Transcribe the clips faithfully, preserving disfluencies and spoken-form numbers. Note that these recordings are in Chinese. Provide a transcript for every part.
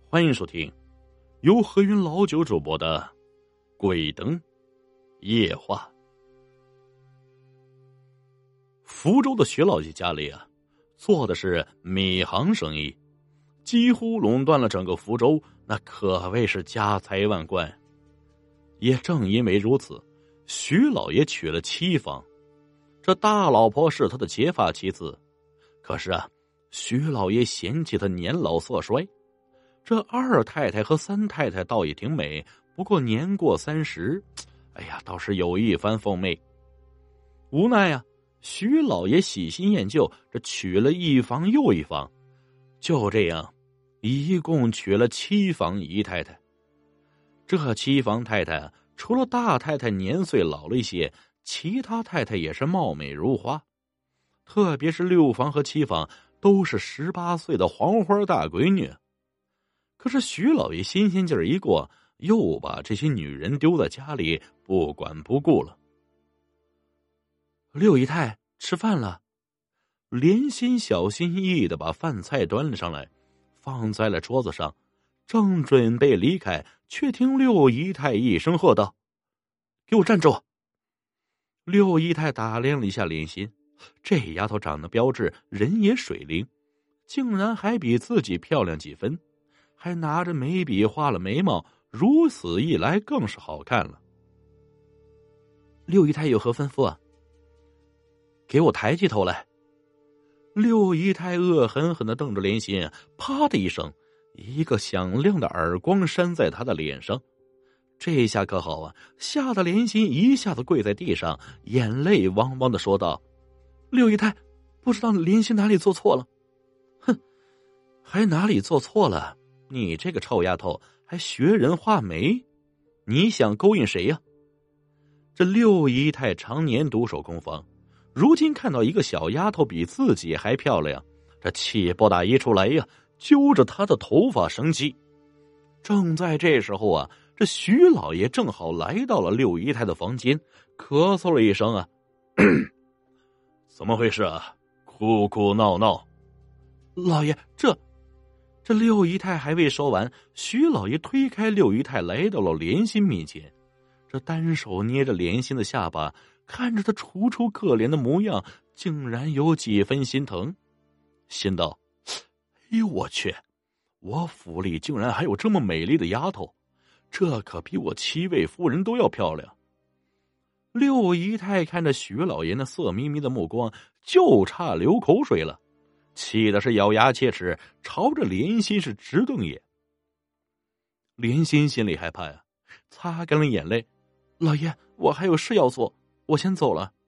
欢迎收听由何云老九主播的《鬼灯夜话》。福州的徐老爷家里啊，做的是米行生意，几乎垄断了整个福州，那可谓是家财万贯。也正因为如此，徐老爷娶了妻房，这大老婆是他的结发妻子。可是啊，徐老爷嫌弃他年老色衰。这二太太和三太太倒也挺美，不过年过三十，哎呀，倒是有一番风媚。无奈啊，徐老爷喜新厌旧，这娶了一房又一房，就这样，一共娶了七房姨太太。这七房太太啊，除了大太太年岁老了一些，其他太太也是貌美如花，特别是六房和七房都是十八岁的黄花大闺女。可是徐老爷新鲜劲儿一过，又把这些女人丢在家里不管不顾了。六姨太吃饭了。莲心小心翼翼的把饭菜端了上来，放在了桌子上，正准备离开，却听六姨太一声喝道：“给我站住！”六姨太打量了一下莲心，这丫头长得标致，人也水灵，竟然还比自己漂亮几分，还拿着眉笔画了眉毛，如此一来更是好看了。六姨太有何吩咐啊？给我抬起头来！六姨太恶狠狠地瞪着莲心，啪的一声，一个响亮的耳光扇在他的脸上。这下可好啊，吓得莲心一下子跪在地上，眼泪汪汪地说道：“六姨太，不知道莲心哪里做错了。”“哼，还哪里做错了？你这个臭丫头，还学人画眉，你想勾引谁呀？”这六姨太常年独守空房，如今看到一个小丫头比自己还漂亮，这气不打一处来呀，揪着她的头发生气。正在这时候啊，这徐老爷正好来到了六姨太的房间，咳嗽了一声啊：“怎么回事啊？哭哭闹闹。”“老爷，这……”这六姨太还未说完，徐老爷推开六姨太，来到了莲心面前，这单手捏着莲心的下巴，看着她楚楚可怜的模样，竟然有几分心疼，心道：“哎呦我去，我府里竟然还有这么美丽的丫头，这可比我七位夫人都要漂亮。”六姨太看着徐老爷那色眯眯的目光，就差流口水了，气的是咬牙切齿，朝着莲心是直瞪眼。莲心心里害怕呀，擦干了眼泪：“老爷，我还有事要做，我先走了。”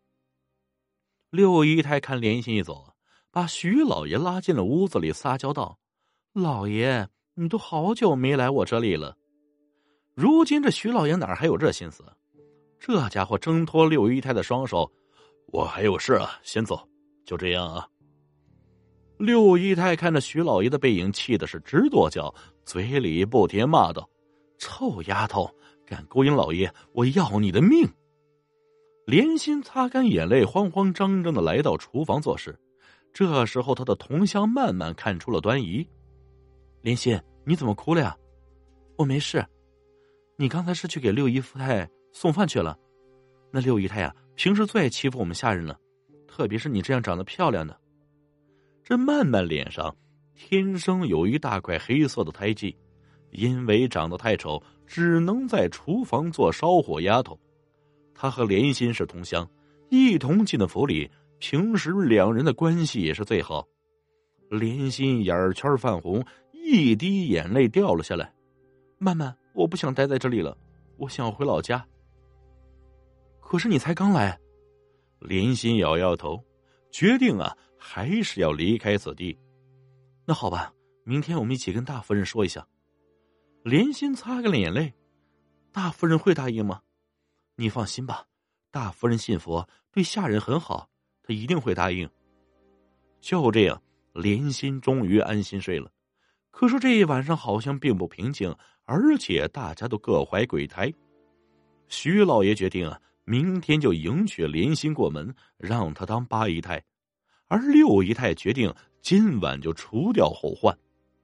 六姨太看莲心一走，把徐老爷拉进了屋子里，撒娇道：“老爷，你都好久没来我这里了。”如今这徐老爷哪还有这心思？这家伙挣脱六姨太的双手：“我还有事啊，先走，就这样啊。”六姨太看着徐老爷的背影，气的是直跺脚，嘴里不停骂道：“臭丫头，敢勾引老爷，我要你的命！”莲心擦干眼泪，慌慌张张的来到厨房做事。这时候他的同乡慢慢看出了端倪：“莲心，你怎么哭了呀？”“我没事。”“你刚才是去给六姨太送饭去了？那六姨太呀，平时最爱欺负我们下人了，特别是你这样长得漂亮的。”这曼曼脸上天生有一大块黑色的胎记，因为长得太丑，只能在厨房做烧火丫头。她和莲心是同乡，一同进的府里，平时两人的关系也是最好。莲心眼圈泛红，一滴眼泪掉了下来：“曼曼，我不想待在这里了，我想回老家。”“可是你才刚来。”莲心摇摇头，决定啊还是要离开此地。“那好吧，明天我们一起跟大夫人说一下。”莲心擦干了眼泪：“大夫人会答应吗？”“你放心吧，大夫人信佛，对下人很好，她一定会答应。”就这样，莲心终于安心睡了。可是这一晚上好像并不平静，而且大家都各怀鬼胎。徐老爷决定啊，明天就迎娶莲心过门，让她当八姨太。而六姨太决定今晚就除掉后患。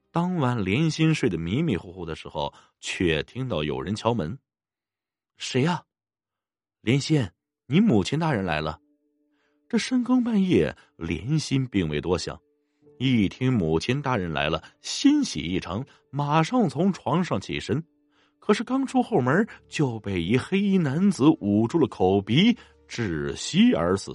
当晚连心睡得迷迷糊糊的时候，却听到有人敲门。谁呀、啊？连心，你母亲大人来了。这深更半夜，连心并未多想，一听母亲大人来了，欣喜异常，马上从床上起身。可是刚出后门，就被一黑衣男子捂住了口鼻，窒息而死。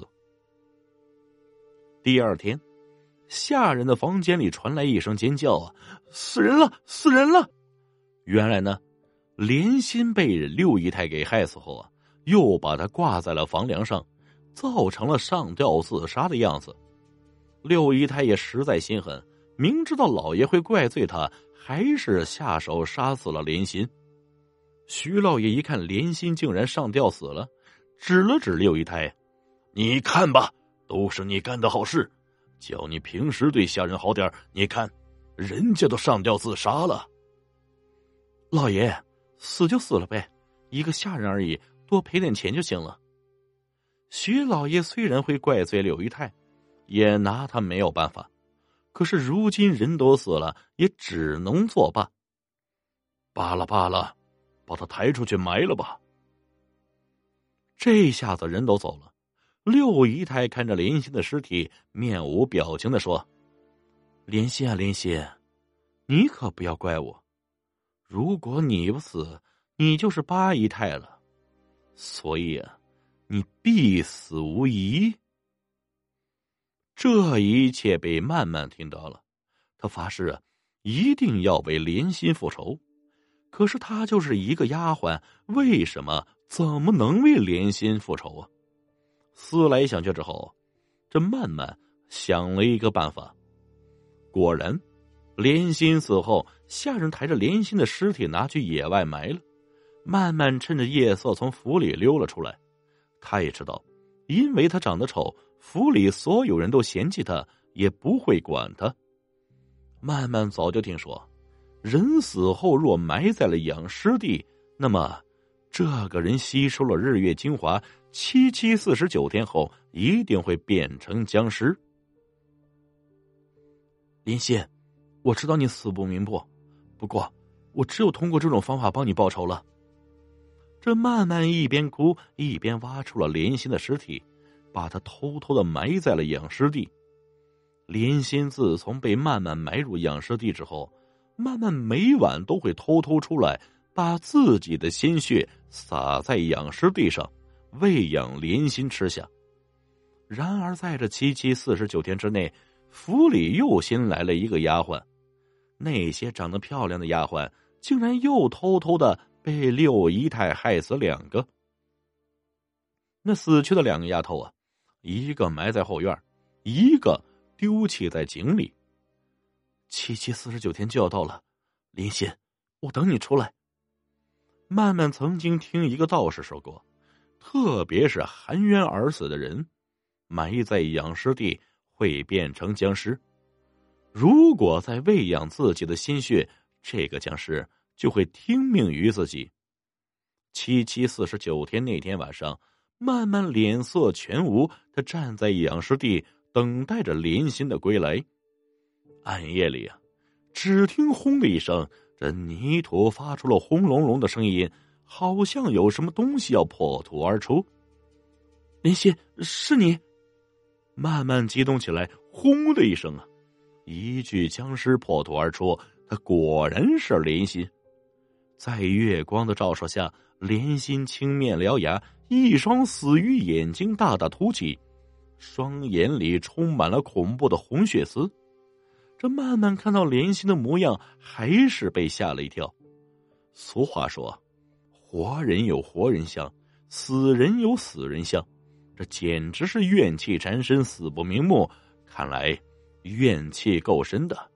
第二天，下人的房间里传来一声尖叫啊！死人了，死人了！原来呢，连心被六姨太给害死后啊，又把他挂在了房梁上，造成了上吊自杀的样子。六姨太也实在心狠，明知道老爷会怪罪他，还是下手杀死了连心。徐老爷一看连心竟然上吊死了，指了指六姨太：“你看吧，都是你干的好事，叫你平时对下人好点，你看人家都上吊自杀了。”老爷，死就死了呗，一个下人而已，多赔点钱就行了。徐老爷虽然会怪罪柳姨太，也拿他没有办法，可是如今人都死了，也只能作罢。罢了罢了，把他抬出去埋了吧。这下子人都走了，六姨太看着连心的尸体，面无表情地说：“连心啊连心，你可不要怪我，如果你不死，你就是八姨太了，所以啊，你必死无疑。”这一切被曼曼听到了，他发誓啊，一定要为连心复仇。可是他就是一个丫鬟，为什么怎么能为连心复仇啊？思来想去之后，这曼曼想了一个办法。果然，连心死后，下人抬着连心的尸体拿去野外埋了。曼曼趁着夜色从府里溜了出来。他也知道，因为他长得丑，府里所有人都嫌弃他，也不会管他。曼曼早就听说，人死后若埋在了养尸地，那么这个人吸收了日月精华，七七四十九天后一定会变成僵尸。林心，我知道你死不瞑目，不过我只有通过这种方法帮你报仇了。这曼曼一边哭一边挖出了连心的尸体，把他偷偷的埋在了养尸地。连心自从被曼曼埋入养尸地之后，曼曼每晚都会偷偷出来，把自己的鲜血洒在养尸地上，喂养连心吃下。然而在这七七四十九天之内，府里又新来了一个丫鬟，那些长得漂亮的丫鬟竟然又偷偷的被六姨太害死两个。那死去的两个丫头啊，一个埋在后院，一个丢弃在井里。七七四十九天就要到了，林心，我等你出来。曼曼曾经听一个道士说过，特别是含冤而死的人，埋在养尸地会变成僵尸。如果再喂养自己的心血，这个僵尸就会听命于自己。七七四十九天那天晚上，曼曼脸色全无，他站在养尸地，等待着连心的归来。暗夜里啊，只听轰的一声，这泥土发出了轰隆隆的声音，好像有什么东西要破土而出。连心，是你！曼曼激动起来，轰的一声啊，一具僵尸破土而出，他果然是连心。在月光的照射下，连心青面獠牙，一双死鱼眼睛大大凸起，双眼里充满了恐怖的红血丝。这曼曼看到连心的模样，还是被吓了一跳。俗话说，活人有活人相，死人有死人相，这简直是怨气缠身，死不瞑目。看来怨气够深的。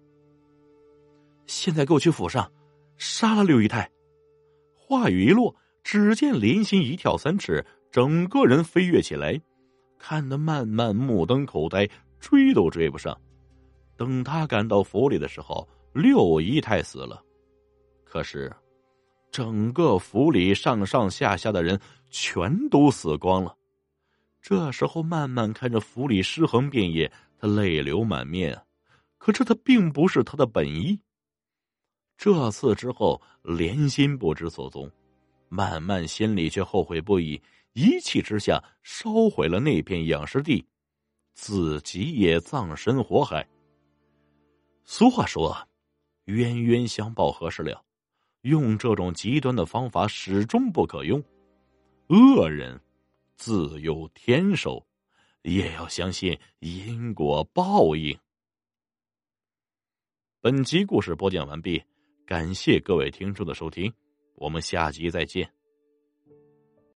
现在给我去府上，杀了六姨太。话语一落，只见连心一跳三尺，整个人飞跃起来，看得曼曼目瞪口呆，追都追不上。等他赶到府里的时候，六姨太死了。可是整个府里上上下下的人全都死光了。这时候曼曼看着府里尸横遍野，他泪流满面。 可这他并不是他的本意。这次之后，连心不知所踪，慢慢心里却后悔不已，一气之下烧毁了那片养尸地，自己也葬身火海。俗话说，冤冤相报何时了，用这种极端的方法始终不可用。恶人自有天收，也要相信因果报应。本集故事播讲完毕，感谢各位听众的收听，我们下集再见。